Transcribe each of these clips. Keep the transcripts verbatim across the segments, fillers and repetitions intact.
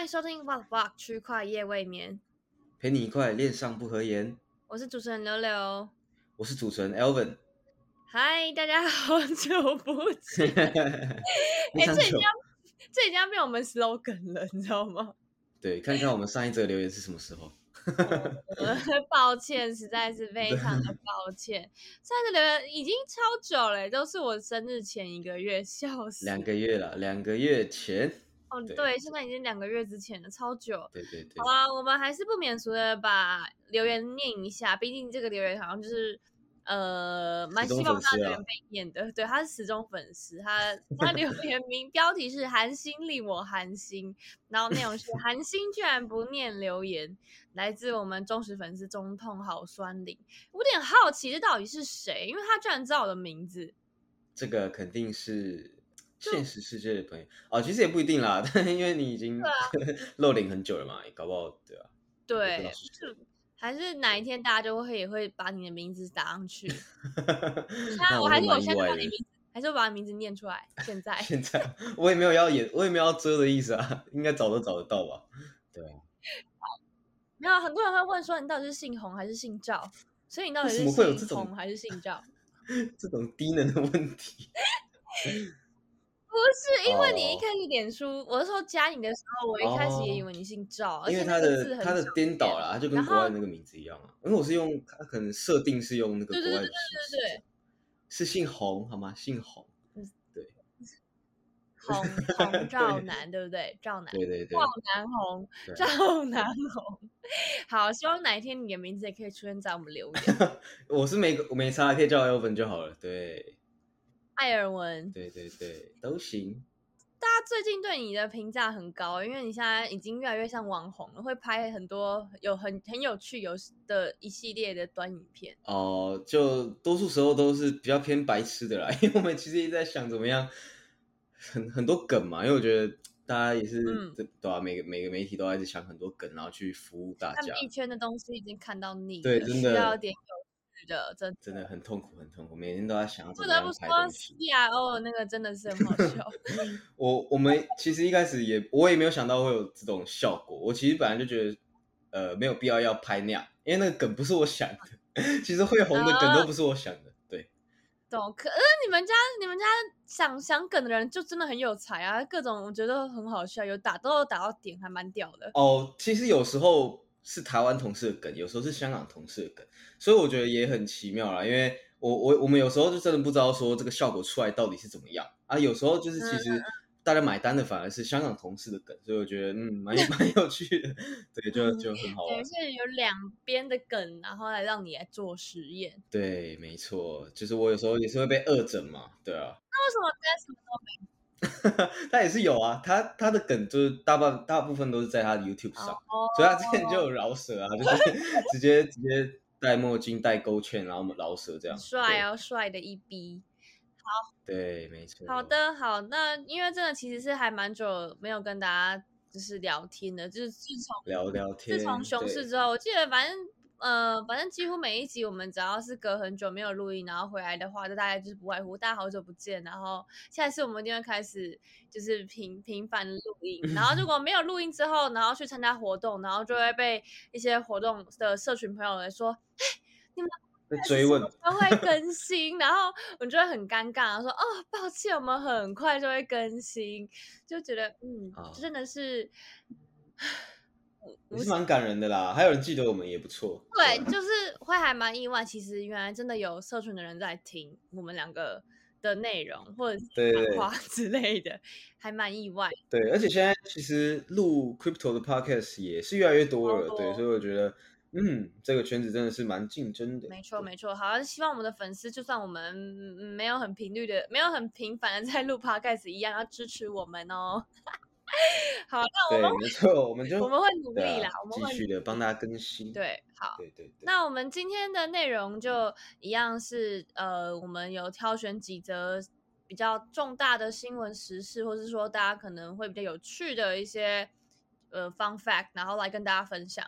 迎收听 What the Block 区块夜未眠， 陪你一块恋上不合言。 我是主持人刘刘， 我是主持人 Elvin。 嗨，大家好久不见！哎、欸，这已经要这已经要变我们 slogan 了，你知道吗？ 对，看看我们上一则留言是什么时候。 抱歉，实在是非常的抱歉。上一则留言已经超久了，都是我生日前一个月，笑死。 两个月了，两个月前。 哦，对，对，现在已经两个月之前了，超久。 对对对。 好啦，我们还是不免俗的把留言念一下，毕竟这个留言好像就是呃，蛮希望他留言被念的。对，他是死忠粉丝，他他留言名标题是寒心令我寒心，然后内容是寒心居然不念留言，来自我们忠实粉丝中痛好酸林。我有点好奇这到底是谁，因为他居然知道我的名字。 这个肯定是现实世界的朋友哦，其实也不一定啦，但因为你已经、啊、露脸很久了嘛，搞不好对啊。 对，还是哪一天大家就会也会把你的名字打上去。那我还是我现在把你名字，还是我把你名字念出来。现在现在我也没有要演，我也没有要遮的意思啊，应该找都找得到吧？对啊。 没有，很多人会问说你到底是姓洪还是姓赵，所以你到底是姓洪还是姓赵？ 这种低能的问题。 不是，因为你一开始脸书，哦、我是说加你的时候，我一开始也以为你姓赵， 哦、因为他的他的颠倒啦，他就跟国外那个名字一样啊。因为我是用他可能设定是用那个国外的姓氏， 对对对对对， 是姓洪好吗？姓洪，嗯，对， 洪洪赵南，对不对？赵南， 对对对， 赵南洪，赵南洪。好，希望哪一天你的名字也可以出现在我们留言。 我是没没差，可以叫 Elvin 就好了。对。 艾尔文， 对对对，都行。 大家最近对你的评价很高，因为你现在已经越来越像网红了，会拍很多有很很有趣有的一系列的短影片。 哦、呃，就多数时候都是比较偏白痴的啦，因为我们其实一直在想怎么样，很很多梗嘛，因为我觉得大家也是，嗯、对啊，每个每个媒体都在想很多梗，然后去服务大家。 看币圈的东西已经看到腻了， 对，真的需要点有。的真的真的很痛苦，很痛苦，每天都在想怎么样拍东西。 不得不说 C R O 那个真的是很好笑。 我我们其实一开始也我也没有想到会有这种效果，我其实本来就觉得呃没有必要要拍那样，因为那个梗不是我想的，其实会红的梗都不是我想的。对， 懂。可是你们家你们家想想梗的人就真的很有才啊，各种我觉得很好笑，有打都有打到点，还蛮屌的。 哦，其实有时候是台湾同事的梗，有时候是香港同事的梗，所以我觉得也很奇妙啦。因为我我我们有时候就真的不知道说这个效果出来到底是怎么样啊。有时候就是其实大家买单的反而是香港同事的梗，所以我觉得嗯蛮蛮有趣的，对，就就很好玩。 对，是有两边的梗，然后来让你来做实验。 对，没错，就是我有时候也是会被恶整嘛，对啊。 那为什么在什么都没？ 他也是有啊，他他的梗就是大半大部分都是在他的 YouTube 上，哦、所以他之前就有饶舌啊，就是直接直接戴墨镜、戴勾芡，然后饶舌这样。 帅哦，帅的一逼。好， 对，没错。 好的，好，那因为真的其实是还蛮久没有跟大家就是聊天的，就是自从聊聊天， 自从熊市之后，我记得反正。呃，反正几乎每一集我们只要是隔很久没有录音，然后回来的话，就大概就是不外乎大家好久不见，然后下一次我们一定会开始就是频频繁录音，然后如果没有录音之后，然后去参加活动，然后就会被一些活动的社群朋友来说，哎，你们被追问都会更新，然后我们就会很尴尬，说哦，抱歉，我们很快就会更新，就觉得嗯，哦、真的是。 也是蛮感人的啦，还有人记得我们也不错。 对，就是会还蛮意外，其实原来真的有社群的人在听我们两个的内容，或者是谈话之类的，还蛮意外。 对，而且现在其实录 crypto 的 podcast 也是越来越多了，对，所以我觉得，嗯，这个圈子真的是蛮竞争的。 没错，没错。好，希望我们的粉丝，就算我们没有很频率的，没有很频繁的在录 podcast 一样，要支持我们哦。好，那我们对，没错，我们就我们会努力啦， 啊、 我们会继续的帮大家更新。 对，好， 对对对。 那我们今天的内容就一样是呃，我们有挑选几则比较重大的新闻时事，或是说大家可能会比较有趣的一些呃 fun fact，然后来跟大家分享。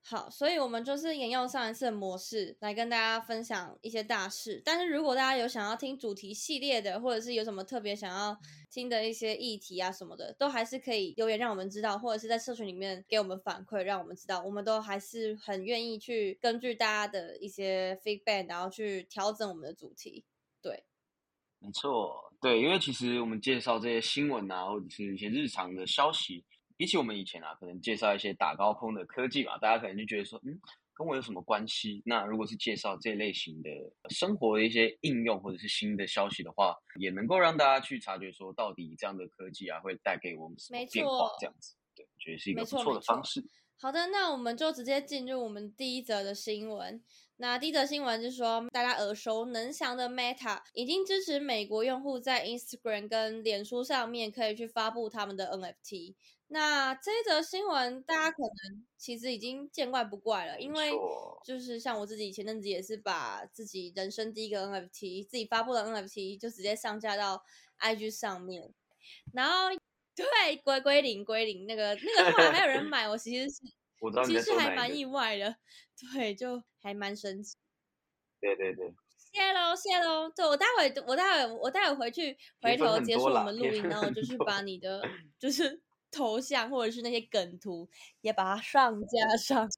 好，所以我们就是沿用上一次的模式来跟大家分享一些大事。但是如果大家有想要听主题系列的，或者是有什么特别想要听的一些议题啊什么的，都还是可以留言让我们知道，或者是在社群里面给我们反馈，让我们知道。我们都还是很愿意去根据大家的一些 feedback， 然后去调整我们的主题。对， 没错，对，因为其实我们介绍这些新闻啊，或者是一些日常的消息，比起我们以前啊，可能介绍一些打高空的科技嘛，大家可能就觉得说，嗯，跟我有什么关系？那如果是介绍这类型的生活的一些应用或者是新的消息的话，也能够让大家去察觉说，到底这样的科技啊，会带给我们什么变化？这样子，对，我觉得是一个不错的方式。 好的，那我们就直接进入我们第一则的新闻。那第一则新闻是说，大家耳熟能详的 Meta 已经支持美国用户在 Instagram 跟脸书上面可以去发布他们的 N F T。那这一则新闻大家可能其实已经见怪不怪了，因为就是像我自己前阵子也是把自己人生第一个 N F T 自己发布的 N F T 就直接上架到 I G 上面，然后对归归零归零那个那个后来还有人买，我其实是我知道你其实还蛮意外的，对，就还蛮神奇。 对对对， 谢喽谢喽，对我待会我待会我待会回去回头结束我们录音，然后就去把你的就是头像或者是那些梗图也把它上架上。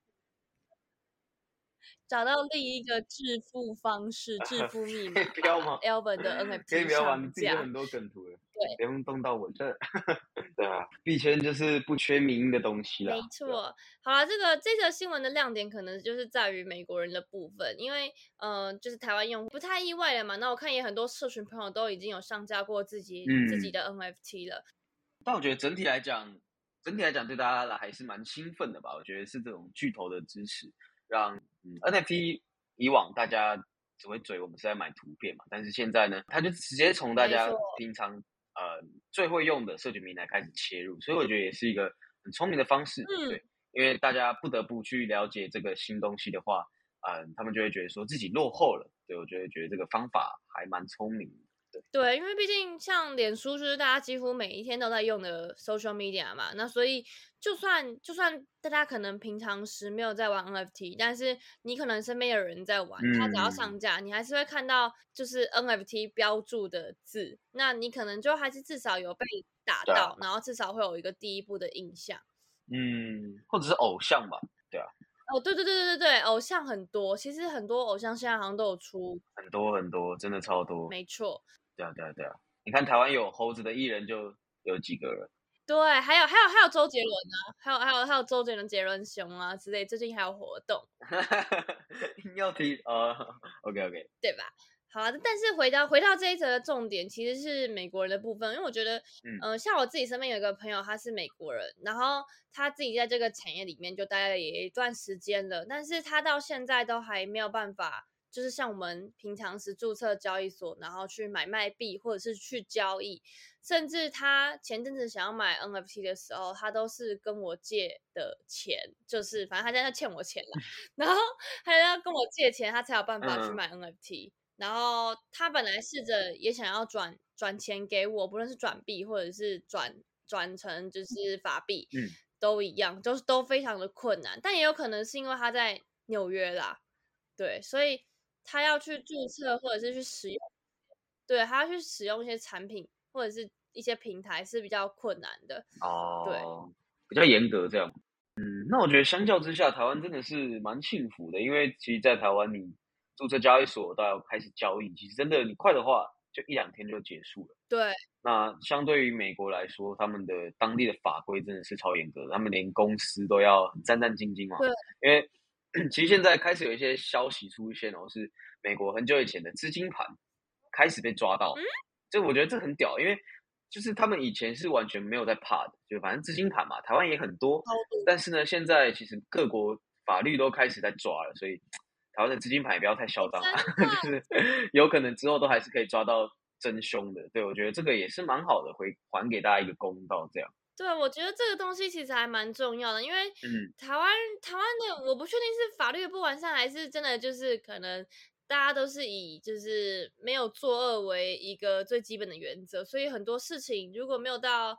找到另一个致富方式、致富密码， 不要吗 ？Alvin 的 N F T 可以不要吗？ 上你自己有架， 很多梗图了， 对， 不用动到我这。对啊，币圈就是不缺名的东西啦。 没错，好了，这个这则新闻的亮点可能就是在于美国人的部分，因为呃，就是台湾用户不太意外了嘛。那我看也很多社群朋友都已经有上架过自己、 嗯、 自己的 N F T 了。 但我觉得整体来讲，整体来讲对大家来还是蛮兴奋的吧。我觉得是这种巨头的支持，让、嗯、N F T 以往大家只会嘴我们是在买图片嘛，但是现在呢，他就直接从大家平常呃最会用的社群平台开始切入，所以我觉得也是一个很聪明的方式。 嗯， 对，因为大家不得不去了解这个新东西的话，嗯、呃，他们就会觉得说自己落后了。对，我觉得觉得这个方法还蛮聪明的。对, 对，因为毕竟像脸书就是大家几乎每一天都在用的 social media 嘛，那所以就算就算大家可能平常时没有在玩 N F T， 但是你可能身边有人在玩，嗯、他只要上架，你还是会看到就是 N F T 标注的字，那你可能就还是至少有被打到，啊、然后至少会有一个第一步的印象。 嗯，或者是偶像吧，对啊。 哦，对对对对对对，偶像很多，其实很多偶像现在好像都有出， 很多很多，真的超多。 没错。 对啊对啊对啊，你看台湾有猴子的艺人就有几个人。 对，还有还有还有周杰伦啊，还有还有还有周杰伦、杰伦兄啊之类，最近还有活动。 硬要提呃 ，OK OK， 对吧？好啊，但是回到回到这一则的重点，其实是美国人的部分，因为我觉得，嗯、呃，像我自己身边有一个朋友，他是美国人，然后他自己在这个产业里面就待了也一段时间了，但是他到现在都还没有办法，就是像我们平常时注册交易所，然后去买卖币或者是去交易，甚至他前阵子想要买 N F T 的时候，他都是跟我借的钱，就是反正他在那欠我钱啦，然后他要跟我借钱，他才有办法去买 N F T。嗯，然后他本来试着也想要转转钱给我，不论是转币或者是转转成就是法币， 嗯， 都一样，就是都非常的困难。但也有可能是因为他在纽约啦，对，所以他要去注册或者是去使用，对，他要去使用一些产品或者是一些平台是比较困难的。 哦， 对， 比较严格这样。嗯，那我觉得相较之下，台湾真的是蛮幸福的，因为其实，在台湾你注册交易所都要开始交易，其实真的你快的话就一两天就结束了。 对， 那相对于美国来说，他们的当地的法规真的是超严格的，他们连公司都要很战战兢兢嘛。 对， 因为其实现在开始有一些消息出现哦，是美国很久以前的资金盘开始被抓到， 嗯， 这我觉得这很屌，因为就是他们以前是完全没有在怕的，就反正资金盘嘛，台湾也很多，但是呢，现在其实各国法律都开始在抓了，所以台湾的资金盘也不要太嚣张啊，就是有可能之后都还是可以抓到真凶的。对，我觉得这个也是蛮好的，回还给大家一个公道，这样。 对，我觉得这个东西其实还蛮重要的，因为台湾、嗯、台湾的我不确定是法律的不完善，还是真的就是可能大家都是以就是没有作恶为一个最基本的原则，所以很多事情如果没有到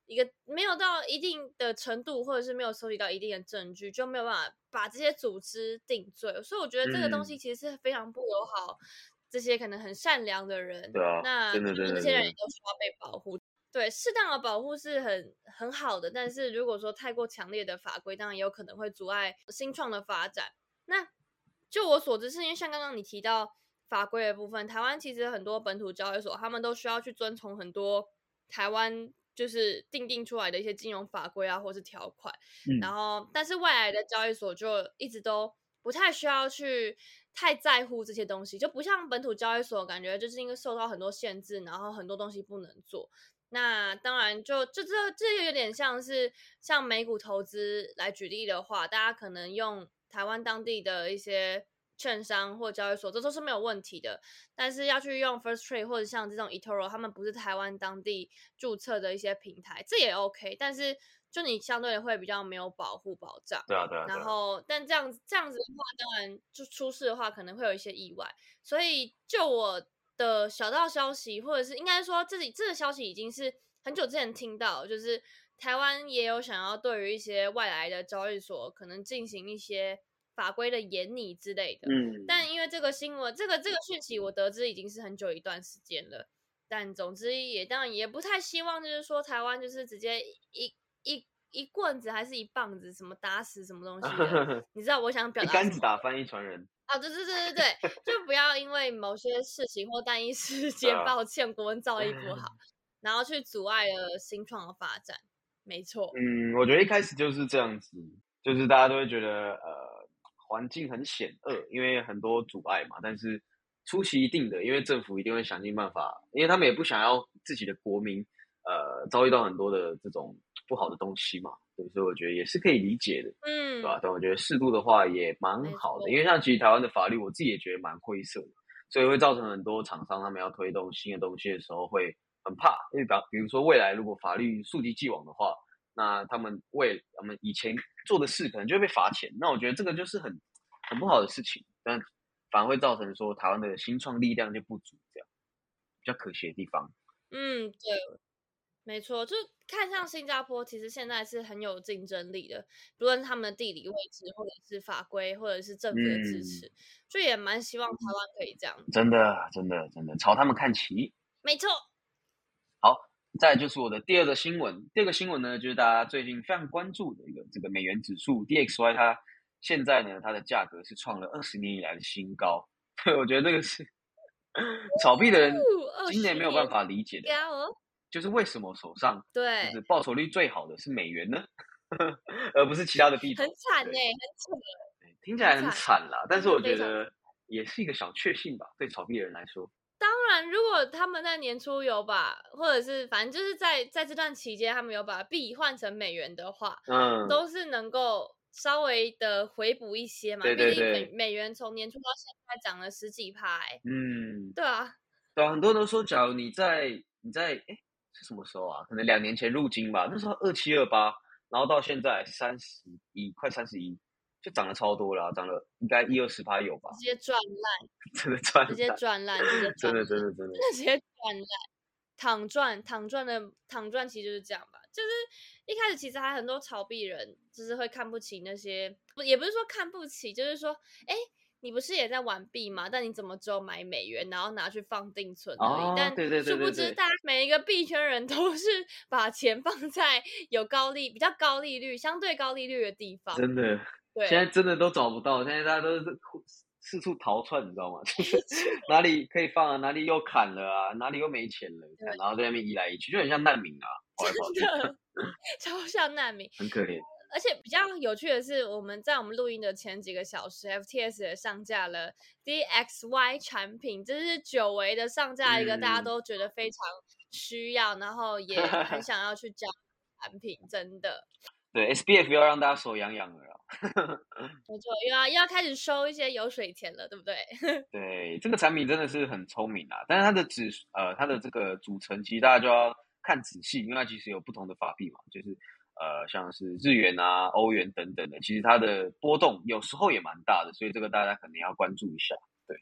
一个没有到一定的程度，或者是没有收集到一定的证据，就没有办法把这些组织定罪。所以我觉得这个东西嗯， 其实是非常不友好这些可能很善良的人， 对啊， 那他真的真们这些人也的真的， 都需要被保护。对，适当的保护是很很好的，但是如果说太过强烈的法规，当然也有可能会阻碍新创的发展。那就我所知，是因为像刚刚你提到法规的部分，台湾其实很多本土交易所，他们都需要去遵从很多台湾就是定定出来的一些金融法规啊，或是条款。然嗯， 后，但是外来的交易所就一直都不太需要去太在乎这些东西，就不像本土交易所，感觉就是因为受到很多限制，然后很多东西不能做。那当然就，就这这有点像是像美股投资来举例的话，大家可能用台湾当地的一些券商或交易所，这都是没有问题的。但是要去用 First Trade 或者像这种 eToro，他们不是台湾当地注册的一些平台，这也 OK。但是就你相对的会比较没有保护保障。 对啊对啊对啊， 然后，但这样子这样子的话，当然就出事的话，可能会有一些意外。所以，就我的小道消息，或者是应该说自己这个消息已经是很久之前听到，就是台湾也有想要对于一些外来的交易所可能进行一些法规的研拟之类的。 嗯， 但因为这个新闻，这个这个讯息我得知已经是很久一段时间了。但总之也当然也不太希望，就是说台湾就是直接一一一棍子还是一棒子，什么打死什么东西的，你知道我想表一达什么？ 竿子打翻一船人， 啊，对对对对对，就不要因为某些事情或单一事对件， 啊， 抱歉，国文造诣不好，然后去阻碍了新创的发展。没错， 嗯，我觉得一开始就是这样子，就是大家都会觉得呃环境很险恶，因为很多阻碍嘛。但是初期一定的，因为政府一定会想尽办法，因为他们也不想要自己的国民呃遭遇到很多的这种不好的东西嘛，对，所以我觉得也是可以理解的，对吧？ 嗯， 但我觉得适度的话也蛮没好的， 错， 因为像其实台湾的法律，我自己也觉得蛮灰色的，所以会造成很多厂商他们要推动新的东西的时候会很怕，因为比比如说未来如果法律溯及既往的话。那他们为他们以前做的事可能就会被罚钱，那我觉得这个就是很很不好的事情，但反而会造成说台湾的新创力量就不足，这样比较可惜的地方。 嗯，对，没错，就看像新加坡，其实现在是很有竞争力的，不论他们的地理位置，或者是法规，或者是政府的支嗯， 持，就也蛮希望台湾可以这样子。 真的真的真的朝他们看齐。 没错， 好，再来就是我的第二个新闻，第二个新闻呢，就是大家最近非常关注的一个这个美元指数 D X Y，它现在呢它的价格是创了二十年以来的新高。对，我觉得这个是炒币的人二今年十年没有办法理解的， 高哦， 就是为什么手上就对， 是报酬率最好的是美元呢，而不是其他的币很种？对， 惨呢，很惨， 听起来很很惨， 惨啦，但是我真的非常。 觉得也是一个小确幸吧，对炒币的人来说。 当然，如果他们在年初有把，或者是反正就是在在这段期间，他们有把币换成美元的话， 嗯， 都是能够稍微的回补一些嘛。 对毕竟美对对， 美元从年初到现在涨了十几趴、欸， 嗯。 对啊， 对啊，很多人都说，假如你在你在诶是什么时候啊？可能两年前入金吧，那时候二七二八，然后到现在三十一，快三十一，就涨了超多了啊，涨了应该一二十趴有吧？ 直接赚烂， 真的赚直接烂， 赚烂，直接真的赚烂， 真的真的， 真的直接赚烂。躺赚，躺赚的躺赚其实就是这样吧，就是一开始其实还很多炒币人就是会看不起那些，不也不是说看不起，就是说，哎，你不是也在玩币吗？但你怎么只有买美元，然后拿去放定存而已？ 哦， 但对对对殊不对对， 知大家每一个币圈人都是把钱放在有高利、比较高利率、相对高利率的地方。 真的，现在对， 真的都找不到，现在大家都是四处逃窜，你知道吗？就没是错， 哪里可以放啊，哪里又砍了啊，哪里又没钱了， 对， 然后在那边移来移去，就很像难民啊，跑来跑去， 真的超像难民。 很可怜。 而且比较有趣的是，我们在我们录音的前几个小时，F T S 也上架了 D X Y 产品，这是久违的上架一个大家嗯， 都觉得非常需要，然后也很想要去交易的产品，真的。 对，S B F 要让大家手痒痒了啦。 没错，又要又要开始收一些油水钱了，对不对？ 对，这个产品真的是很聪明啊，但是它的指呃它的这个组成，其实大家就要看仔细，因为它其实有不同的法币嘛，就是呃像是日元啊、欧元等等的，其实它的波动有时候也蛮大的，所以这个大家可能要关注一下。对，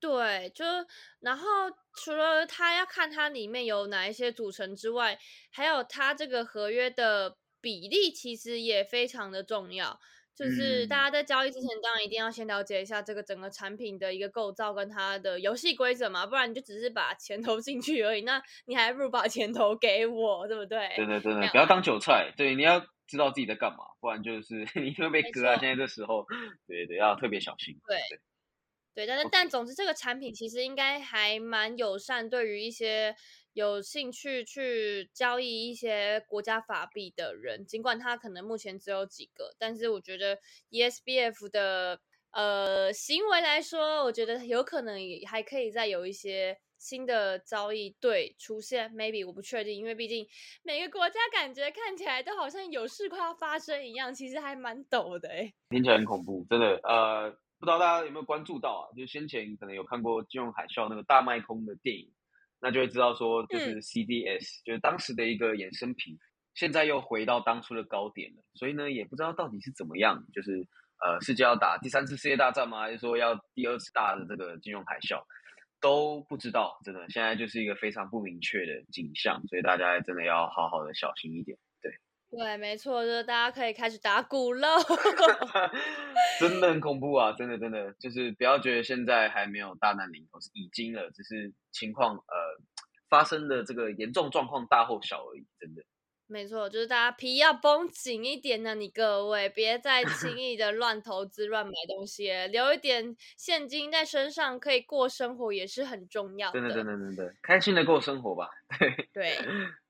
对，就然后除了他要看它里面有哪一些组成之外，还有它这个合约的比例其实也非常的重要。就是大嗯， 家在交易之前，当然一定要先了解一下这个整个产品的一个构造跟它的游戏规则嘛，不然你就只是把钱投进去而已，那你还不如把钱投给我，对不对？ 真的真的没有啦， 不要当韭菜，对，你要知道自己在干嘛，不然就是你一定会被没割啊。 错， 现在这时候，对对，要特别小心。 对。 对对，但是但 ，OK， 总之，这个产品其实应该还蛮友善，对于一些有兴趣去交易一些国家法币的人，尽管它可能目前只有几个，但是我觉得 E S B F 的呃行为来说，我觉得有可能也还可以再有一些新的交易对出现，maybe 我不确定，因为毕竟每个国家感觉看起来都好像有事快要发生一样，其实还蛮陡的诶。 听起来很恐怖，真的。呃，不知道大家有没有关注到啊？就先前可能有看过金融海啸那个大卖空的电影，那就会知道说，就嗯， 是 C D S，就是当时的一个衍生品，现在又回到当初的高点了。所以呢，也不知道到底是怎么样，就是呃，世界要打第三次世界大战吗？还是说要第二次大的这个金融海啸？都不知道，真的，现在就是一个非常不明确的景象，所以大家真的要好好的小心一点。对。 对，没错，就是大家可以开始打鼓喽。 真的很恐怖啊！真的真的，就是不要觉得现在还没有大难临头，是已经了，只是情况呃发生的这个严重状况大或小而已，真的。 没错，就是大家皮要绷紧一点呢，你各位别再轻易的乱投资、乱买东西了，留一点现金在身上，可以过生活也是很重要真的真的。 的真的，开心的过生活吧。对， 对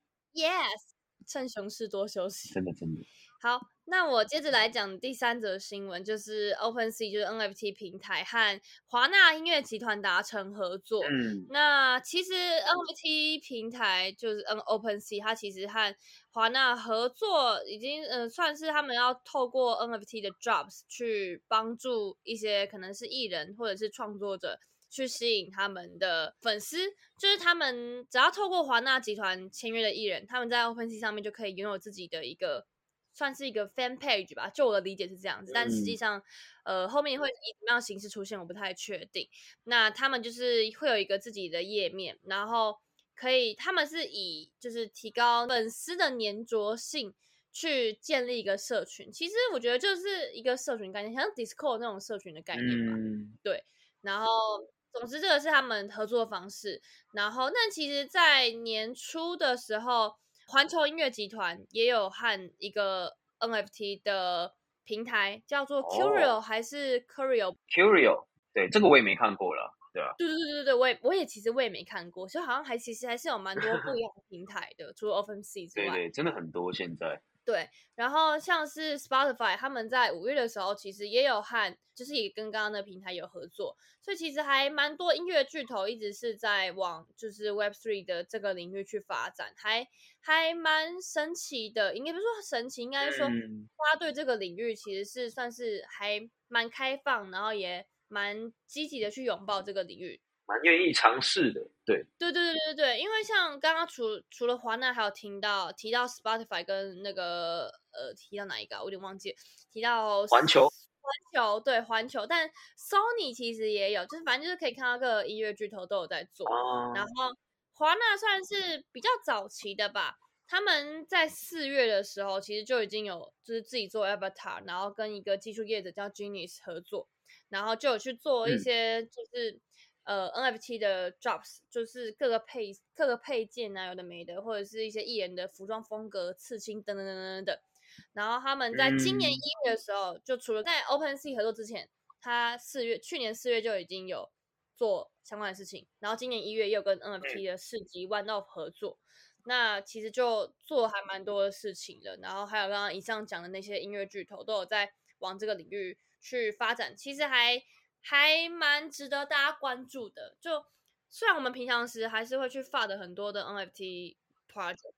，yes，趁熊市多休息。 真的真的。 好，那我接着来讲第三则新闻，就是 OpenSea，就是 N F T 平台和华纳音乐集团达成合作。 嗯那其实 N F T 平台就是 N OpenSea，它其实和华纳合作，已经呃算是他们要透过 N F T 的 Drops 去帮助一些可能是艺人或者是创作者。去吸引他们的粉丝，就是他们只要透过华纳集团签约的艺人，他们在 OpenSea 上面就可以拥有自己的一个算是一个 fan page 吧，就我的理解是这样子，但实际嗯上，呃，后面会以什么样的形式出现，我不太确定。那他们就是会有一个自己的页面，然后可以，他们是以就是提高粉丝的粘着性。去建立一个社群，其实我觉得就是一个社群概念，像 Discord 那种社群的概念嘛。 嗯对，然后总之这个是他们合作的方式。然后，那其实，在年初的时候，环球音乐集团也有和一个 N F T 的平台叫做 Curio 哦还是 Curio？ ，Curio，对，这个我也没看过了，对啊， 对对对对对，我也我也其实我也没看过，所以好像还其实还是有蛮多不一样的平台的，除了 OpenSea 之外。 对对，真的很多现在。 对，然后像是 Spotify，他们在五月的时候其实也有和，就是也跟刚刚的平台有合作，所以其实还蛮多音乐巨头一直是在往就是 Web 三 的这个领域去发展，还还蛮神奇的。应该不是说神奇，应该是说嗯， 大家对这个领域其实是算是还蛮开放，然后也蛮积极的去拥抱这个领域。 蛮愿意尝试的，对， 对对对对对，因为像刚刚除除了华纳，还有听到提到 Spotify 跟那个呃提到哪一个、啊，我有点忘记了，提到环球， 环球对环球，但 Sony 其实也有，就是反正就是可以看到各个音乐巨头都有在做。然啊， 后华纳算是比较早期的吧，他们在四月的时候其实就已经有就是自己做 Avatar，然后跟一个技术业者叫 Genius 合作，然后就有去做一嗯些就是。呃 N F T 的 drops 就是各个配各个配件啊，有的没的，或者是一些艺人的服装风格、刺青等等等等等等。然后他们在今年一嗯月的时候，就除了在 OpenSea 合作之前，他四月去年四月就已经有做相关的事情，然后今年一月又跟 N F T 的市集 One Off 合作。那其实就做还蛮多的事情的，然后还有刚刚以上讲的那些音乐巨头都有在往这个领域去发展，其实还还蛮值得大家关注的。就虽然我们平常时还是会去发的很多的 N F T project，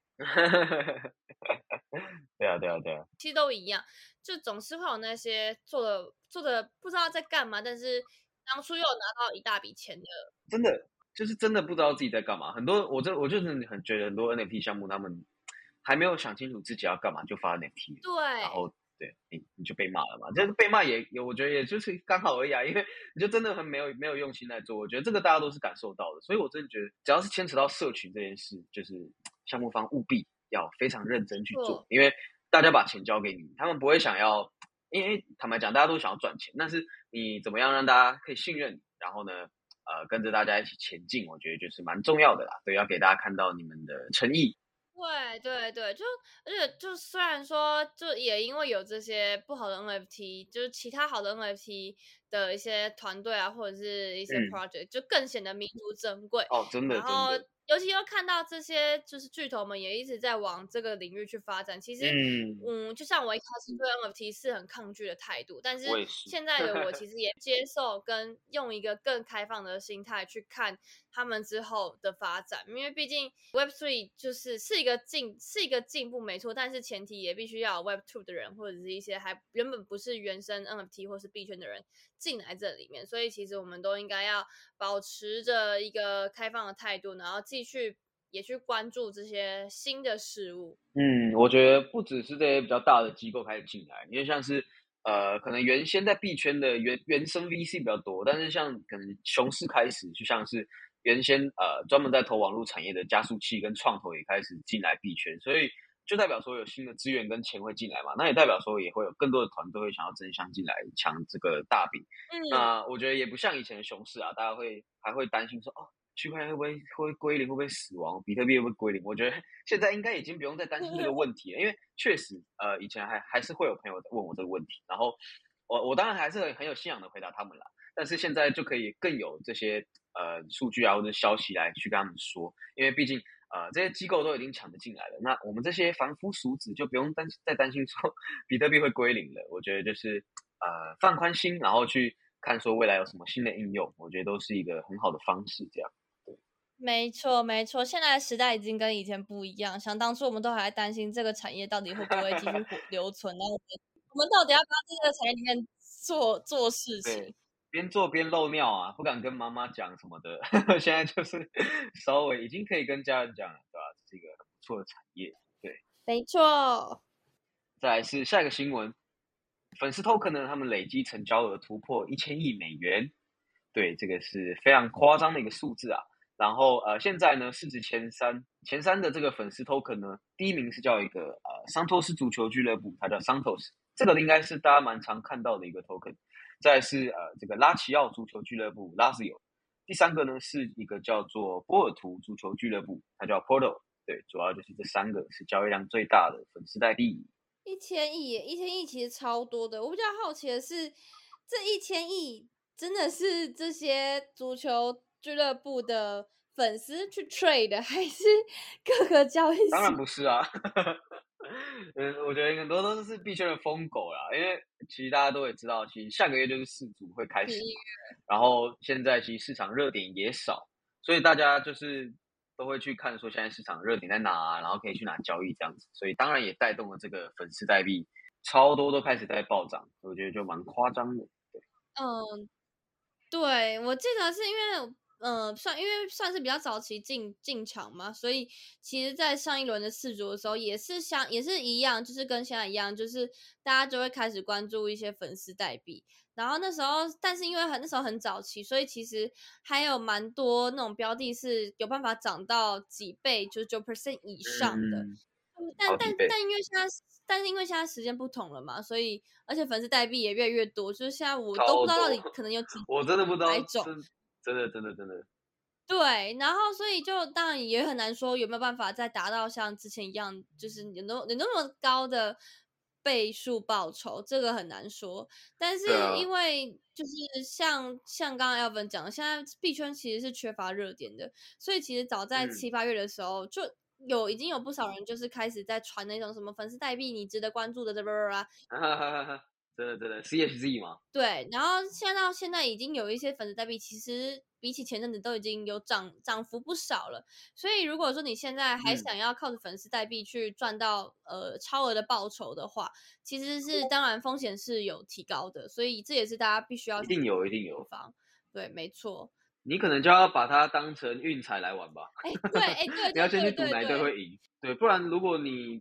对啊对啊对啊， 其实都一样，就总是会有那些做的做的不知道在干嘛，但是当初又有拿到一大笔钱的。 真的就是真的不知道自己在干嘛。很多我真我就是很觉得很多 N F T 项目他们还没有想清楚自己要干嘛就发 N F T，然对， 后对你你就被骂了嘛。这被骂也也我觉得也就是刚好而已啊，因为你就真的很没有没有用心在做。我觉得这个大家都是感受到的，所以我真的觉得只要是牵扯到社群这件事，就是项目方务必要非常认真去做，因为大家把钱交给你，他们不会想要，因为坦白讲，大家都想要赚钱，但是你怎么样让大家可以信任你，然后呢，呃，跟着大家一起前进，我觉得就是蛮重要的啦。对，要给大家看到你们的诚意。 对对对，就而且就虽然说，就也因为有这些不好的 N F T，就是其他好的 N F T 的一些团队啊，或者是一些 project，、嗯、就更显得弥足珍贵。 哦，真的， 然后真的。 尤其又看到这些就是巨头们也一直在往这个领域去发展。其实，嗯, 嗯，就像我一开始对 N F T 是很抗拒的态度，但是现在的我其实也接受跟用一个更开放的心态去看他们之后的发展，因为毕竟 Web 三 就是是一个进是一个进步没错，但是前提也必须要有 Web 二 的人或者是一些还原本不是原生 N F T 或是币圈的人进来这里面，所以其实我们都应该要保持着一个开放的态度，然后继续也去关注这些新的事物。 嗯，我觉得不只是这些比较大的机构开始进来，因为像是呃，可能原先在币圈的原原生 V C 比较多，但是像可能熊市开始，就像是原先呃专门在投网络产业的加速器跟创投也开始进来币圈，所以就代表说有新的资源跟钱会进来嘛，那也代表说也会有更多的团队会想要争相进来抢这个大饼。嗯，那我觉得也不像以前的熊市啊，大家会还会担心说哦，区块链会不会会不会归零，会不会死亡，比特币会不会归零？我觉得现在应该已经不用再担心这个问题了，因为确实呃以前还还是会有朋友问我这个问题，然后我我当然还是很很有信仰的回答他们啦，但是现在就可以更有这些呃数据啊或者消息来去跟他们说，因为毕竟呃这些机构都已经抢着进来了，那我们这些凡夫俗子就不用担再担心说比特币会归零了。我觉得就是呃放宽心，然后去看说未来有什么新的应用，我觉得都是一个很好的方式。这样，对， 没错没错，现在的时代已经跟以前不一样。想当初我们都还担心这个产业到底会不会继续留存，然后我们到底要不要在这个产业里面做做事情？ 边做边漏尿啊，不敢跟妈妈讲什么的。现在就是稍微已经可以跟家人讲了，对吧？这是一个很不错的产业，对， 没错。 再来是下一个新闻，粉丝 token 呢，他们累积成交额突破一千亿美元，对，这个是非常夸张的一个数字啊。然后呃，现在呢，市值前三前三的这个粉丝 token 呢，第一名是叫一个呃桑托斯足球俱乐部，它叫 Santos， 这个应该是大家蛮常看到的一个 token。再来是呃这个拉齐奥足球俱乐部 Lazio， 第三个呢是一个叫做波尔图足球俱乐部，它叫 Porto。对，主要就是这三个是交易量最大的粉丝代币。 一千亿耶，一千亿其实超多的。我比较好奇的是，这一千亿真的是这些足球俱乐部的粉丝去 trade， 还是各个交易所？ 当然不是啊。嗯，我觉得很多都是币圈的疯狗啦，因为其实大家都也知道，其实下个月就是世足会开始嘛，然后现在其实市场热点也少，所以大家就是都会去看说现在市场热点在哪啊，然后可以去哪交易这样子，所以当然也带动了这个粉丝代币超多都开始在暴涨，我觉得就蛮夸张的。对， 嗯，对，我记得是因为。呃，算因为算是比较早期进进场嘛，所以其实，在上一轮的世足的时候，也是像也是一样，就是跟现在一样，就是大家就会开始关注一些粉丝代币。然后那时候，但是因为很那时候很早期，所以其实还有蛮多那种标的是有办法涨到几倍，就是九 percent 以上的。 嗯、 但但但因为现在，但是因为现在时间不同了嘛，所以而且粉丝代币也越来越多，就是现在我都不知道到底可能有几我真的不知道百种。 真的真的真的， 对，然后所以就当然也很难说有没有办法再达到像之前一样，就是有那有那么高的倍数报酬，这个很难说。但是因为就是像像刚刚 Alvin 讲的，现在币圈其实是缺乏热点的，所以其实早在七八月的时候，嗯、就有已经有不少人就是开始在传那种什么粉丝代币，你值得关注的，这啦。 真的真的 C H Z 吗？ 对，然后现在到现在已经有一些粉丝代币，其实比起前阵子都已经有涨涨幅不少了。所以如果说你现在还想要靠着粉丝代币去赚到、嗯、呃超额的报酬的话，其实是当然风险是有提高的，所以这也是大家必须要一定有一定有方。对，没错。 你可能就要把它当成运彩来玩吧。 哎，对，哎对， 你要先去赌哪一队会赢，对，不然如果你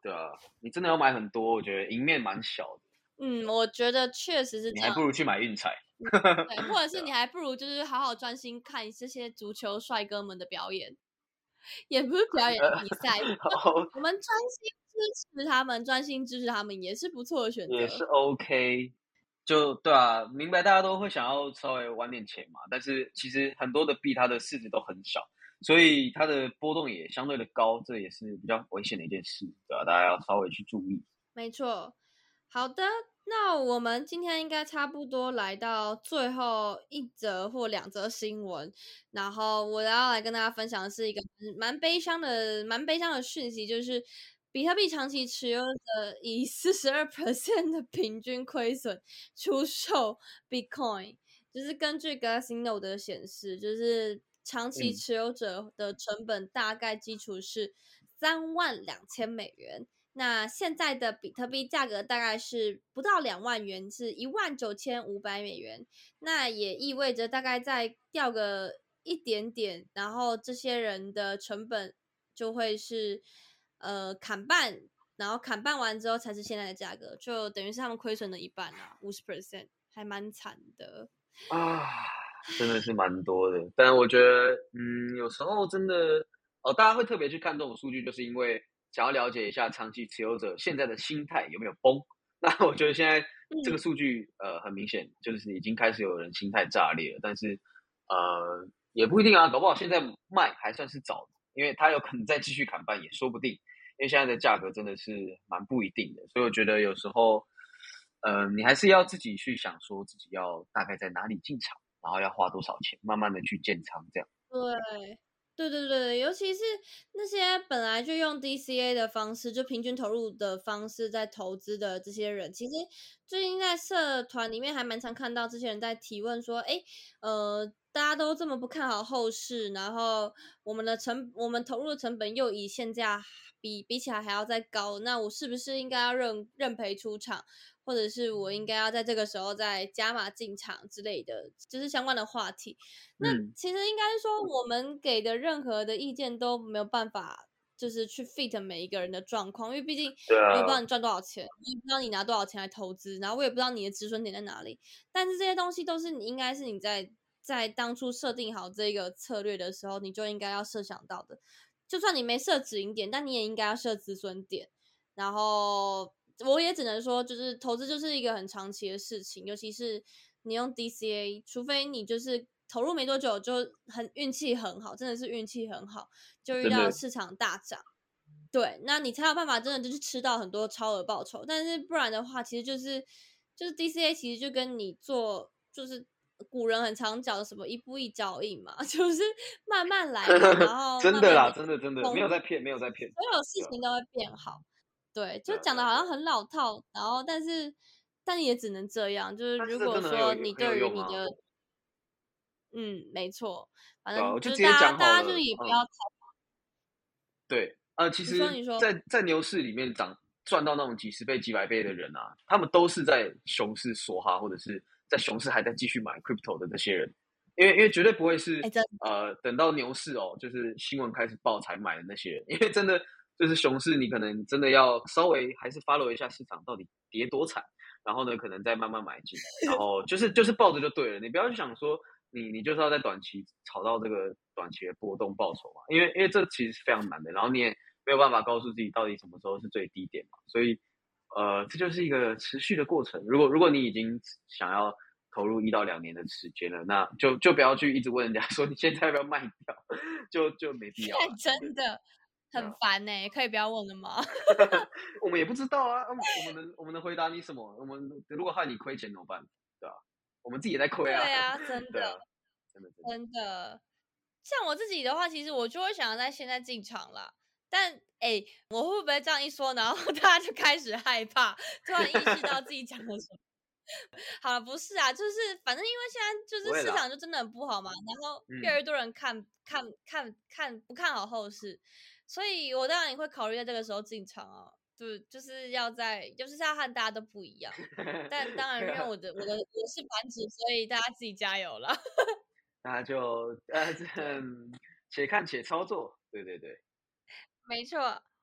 对啊，你真的要买很多，我觉得赢面蛮小的。 嗯，我觉得确实是这样。 你还不如去买运彩。 对，或者是你还不如就是好好专心看这些足球帅哥们的表演，也不是表演比赛，我们专心支持他们，专心支持他们也是不错的选择， 也是 OK。就对啊，明白大家都会想要稍微玩点钱嘛，但是其实很多的币它的市值都很小，所以它的波动也相对的高，这也是比较危险的一件事，对吧、啊？大家要稍微去注意。 没错，好的。那我们今天应该差不多来到最后一则或两则新闻，然后我要来跟大家分享的是一个蛮悲伤的、蛮悲伤的讯息，就是比特币长期持有者以 百分之四十二 的平均亏损出售 Bitcoin， 就是根据 Glassnode 的显示，就是长期持有者的成本大概基础是三万两千美元。那现在的比特币价格大概是不到两万元，是一万九千五百美元。那也意味着大概再掉个一点点，然后这些人的成本就会是呃砍半，然后砍半完之后才是现在的价格，就等于是他们亏损的一半啊，五十 percent， 还蛮惨的啊，真的是蛮多的。但我觉得，嗯，有时候真的哦，大家会特别去看这种数据，就是因为想要了解一下长期持有者现在的心态有没有崩。那我觉得现在这个数据，呃，很明显就是已经开始有人心态炸裂了。但是，呃，也不一定啊，搞不好现在卖还算是早的，因为他有可能再继续砍半也说不定。因为现在的价格真的是蛮不一定的，所以我觉得有时候，呃，你还是要自己去想说自己要大概在哪里进场，然后要花多少钱，慢慢的去建仓这样。 对。对对对，尤其是那些本来就用 D C A 的方式，就平均投入的方式在投资的这些人，其实最近在社团里面还蛮常看到这些人在提问说，哎，呃，大家都这么不看好后市，然后我们的成我们投入的成本又以现价比比起来还要再高，那我是不是应该要认认赔出场？或者是我应该要在这个时候再加码进场之类的，就是相关的话题。那其实应该说，我们给的任何的意见都没有办法，就是去 fit 每一个人的状况，因为毕竟我也不知道你赚多少钱，我也不知道你拿多少钱来投资，然后我也不知道你的止损点在哪里。但是这些东西都是你应该是你在在当初设定好这个策略的时候，你就应该要设想到的。就算你没设止盈点，但你也应该要设止损点，然后。我也只能说，就是投资就是一个很长期的事情，尤其是你用 D C A， 除非你就是投入没多久就很运气很好，真的是运气很好，就遇到市场大涨，对，那你才有办法真的就是吃到很多超额报酬。但是不然的话，其实就是就是 D C A 其实就跟你做就是古人很常讲的什么一步一脚印嘛，就是慢慢来嘛，然后真的啦， 慢慢真的真的没有在骗，没有在骗， 所有事情都会变好。对，就讲的好像很老套，然后但是但也只能这样。就是如果说你对于你的，嗯，没错，反正就大家大家就是也不要太。 对，呃，其实在在牛市里面涨赚到那种几十倍、几百倍的人啊，他们都是在熊市梭哈，或者是在熊市还在继续买 crypto 的这些人，因为因为绝对不会是呃等到牛市哦，就是新闻开始爆才买的那些人，因为真的。就是熊市，你可能真的要稍微还是 follow 一下市场到底跌多惨，然后呢，可能再慢慢买进，然后就是就是抱着就对了，你不要去想说你你就是要在短期炒到这个短期的波动报酬嘛，因为因为这其实是非常难的，然后你也没有办法告诉自己到底什么时候是最低点嘛，所以呃，这就是一个持续的过程。如果如果你已经想要投入一到两年的时间了，那就就不要去一直问人家说你现在要不要卖掉，就就没必要了。 真的。很烦呢、欸，可以不要问了吗？ 我们也不知道啊，我们能我们能回答你什么？我们如果害你亏钱怎么办？对吧、啊？我们自己也在亏啊。 对啊，真的， 啊、真的真的。像我自己的话，其实我就会想要在现在进场啦。但哎、欸，我会不会这样一说，然后大家就开始害怕，突然意识到自己讲了什么？好了，不是啊，就是反正因为现在就是市场就真的很不好嘛，然后越来越多人看、嗯、看看看不看好后市。所以我当然也会考虑在这个时候进场啊，对，就是要在，就是要和大家都不一样。但当然，因为我的我的我是版主，所以大家自己加油了。 那就呃，且看且操作，对对对， 没错。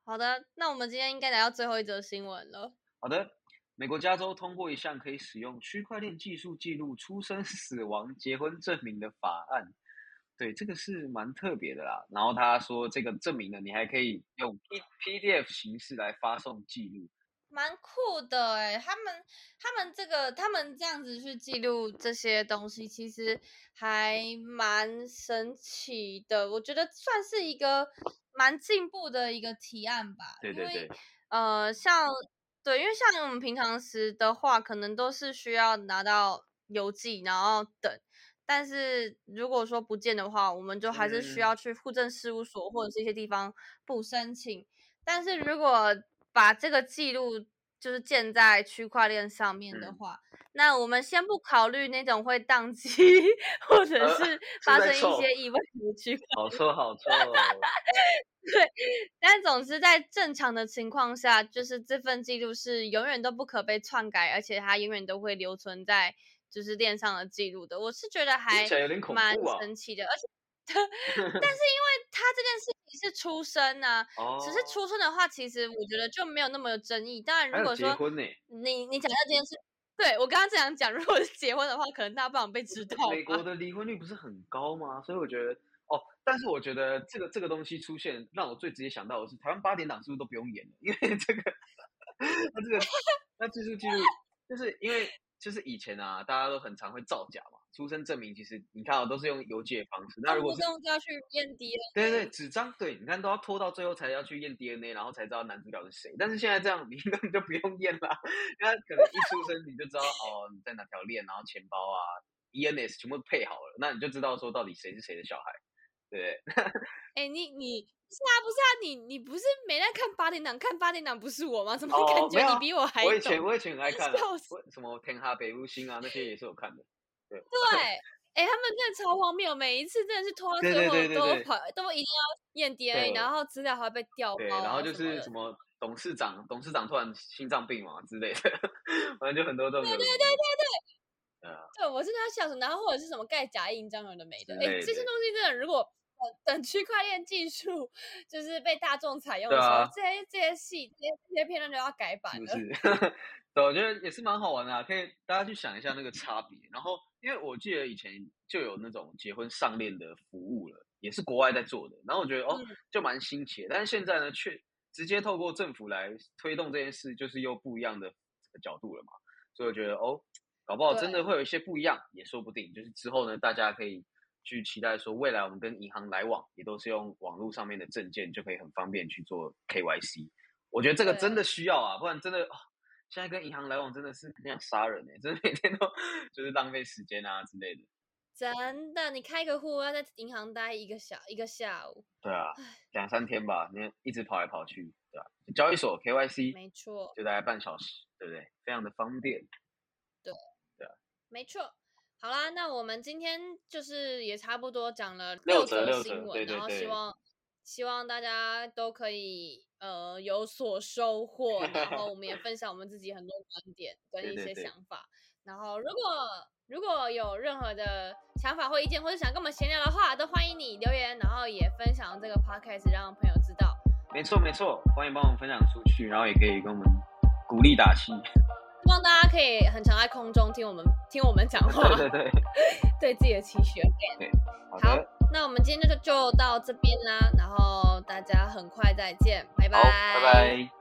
好的，那我们今天应该来到最后一则新闻了。 好的，美国加州通过一项可以使用区块链技术记录出生、死亡、结婚证明的法案。对，这个是蛮特别的啦。然后他说，这个证明呢，你还可以用 P D F 形式来发送记录， 蛮酷的哎、欸。他们他们这个他们这样子去记录这些东西，其实还蛮神奇的。我觉得算是一个蛮进步的一个提案吧。 对对对， 因为呃，像对，因为像我们平常时的话，可能都是需要拿到邮寄，然后等。但是如果说不见的话，我们就还是需要去户政事务所或者是一些地方补申请。但是如果把这个记录就是建在区块链上面的话，嗯、那我们先不考虑那种会宕机或者是发生一些意外的区块链， 好臭好臭。 对，但总之在正常的情况下，就是这份记录是永远都不可被篡改，而且它永远都会留存在就是链上的记录的。我是觉得还蛮神奇的，而且。但是因为他这件事情是出生啊，哦、只是出生的话，其实我觉得就没有那么有争议。当然，如果说你你讲到这件事，对我刚刚这样讲，如果是结婚的话，可能大家不想被知道。 美国的离婚率不是很高吗？所以我觉得哦，但是我觉得这个这个东西出现，让我最直接想到的是，台湾八点档是不是都不用演了？因为这个，那这个那技术记录，就是因为就是以前啊，大家都很常会造假嘛。出生证明其实你看啊、哦，都是用邮寄的方式。那如果是就要去验 D N A， 对对，纸张对，你看都要拖到最后才要去验 D N A， 然后才知道男主角是谁。但是现在这样，你根本就不用验啦，因为可能一出生你就知道哦，你在哪条链，然后钱包啊、E N S 全部配好了，那你就知道说到底谁是谁的小孩，对不对？ 哎、欸，你你是啊，不是啊，你你不是没在看八点档？看八点档不是我吗？怎么感觉你比我还懂？ 哦、我以前我以前很爱看、啊，什么天哈北陆星啊那些也是有看的。对， 对，哎、欸，他们真的超荒谬，每一次真的是拖到最后都跑，都一定要验 D N A， 然后资料还会被调包、啊， 对，然后就是什么董事长，董事长突然心脏病嘛之类的，反正就很多这种。 对对对对对，对，啊、对，我是跟他笑死，然后或者是什么盖假印章有的没的，哎、欸，这些东西真的如果。等区块链技术就是被大众采用的时候，啊、这些这些戏、这些这些片段就要改版了。 是不是？对，我觉得也是蛮好玩的、啊，可以大家去想一下那个差别。然后，因为我记得以前就有那种结婚上链的服务了，也是国外在做的。然后我觉得哦，就蛮新奇的。但是现在呢，却直接透过政府来推动这件事，就是又不一样的角度了嘛。所以我觉得哦，搞不好真的会有一些不一样，也说不定。就是之后呢，大家可以。去期待说，未来我们跟银行来往也都是用网络上面的证件，就可以很方便去做 K Y C。我觉得这个真的需要啊，不然真的、哦、现在跟银行来往真的是很像杀人哎、欸，真的每天都就是浪费时间啊之类的。 真的，你开个户要在银行待一个小一个下午。 对啊，两三天吧，你一直跑来跑去，对吧、啊？交易所 K Y C， 没错， 就大概半小时，对不对？非常的方便。 对， 对啊， 没错。好啦，那我们今天就是也差不多讲了六则新闻，然后希望希望大家都可以呃有所收获，然后我们也分享我们自己很多观点跟一些想法。对对对，然后如果如果有任何的想法或意见，或者想跟我们闲聊的话，都欢迎你留言，然后也分享这个 podcast 让朋友知道。 没错没错，欢迎帮我们分享出去，然后也可以跟我们鼓励打气。 希望大家可以很常在空中听我们听我们讲话， 对对对， 对自己的期许。 对， 好，那我们今天就就到这边啦，然后大家很快再见，拜拜， 拜拜。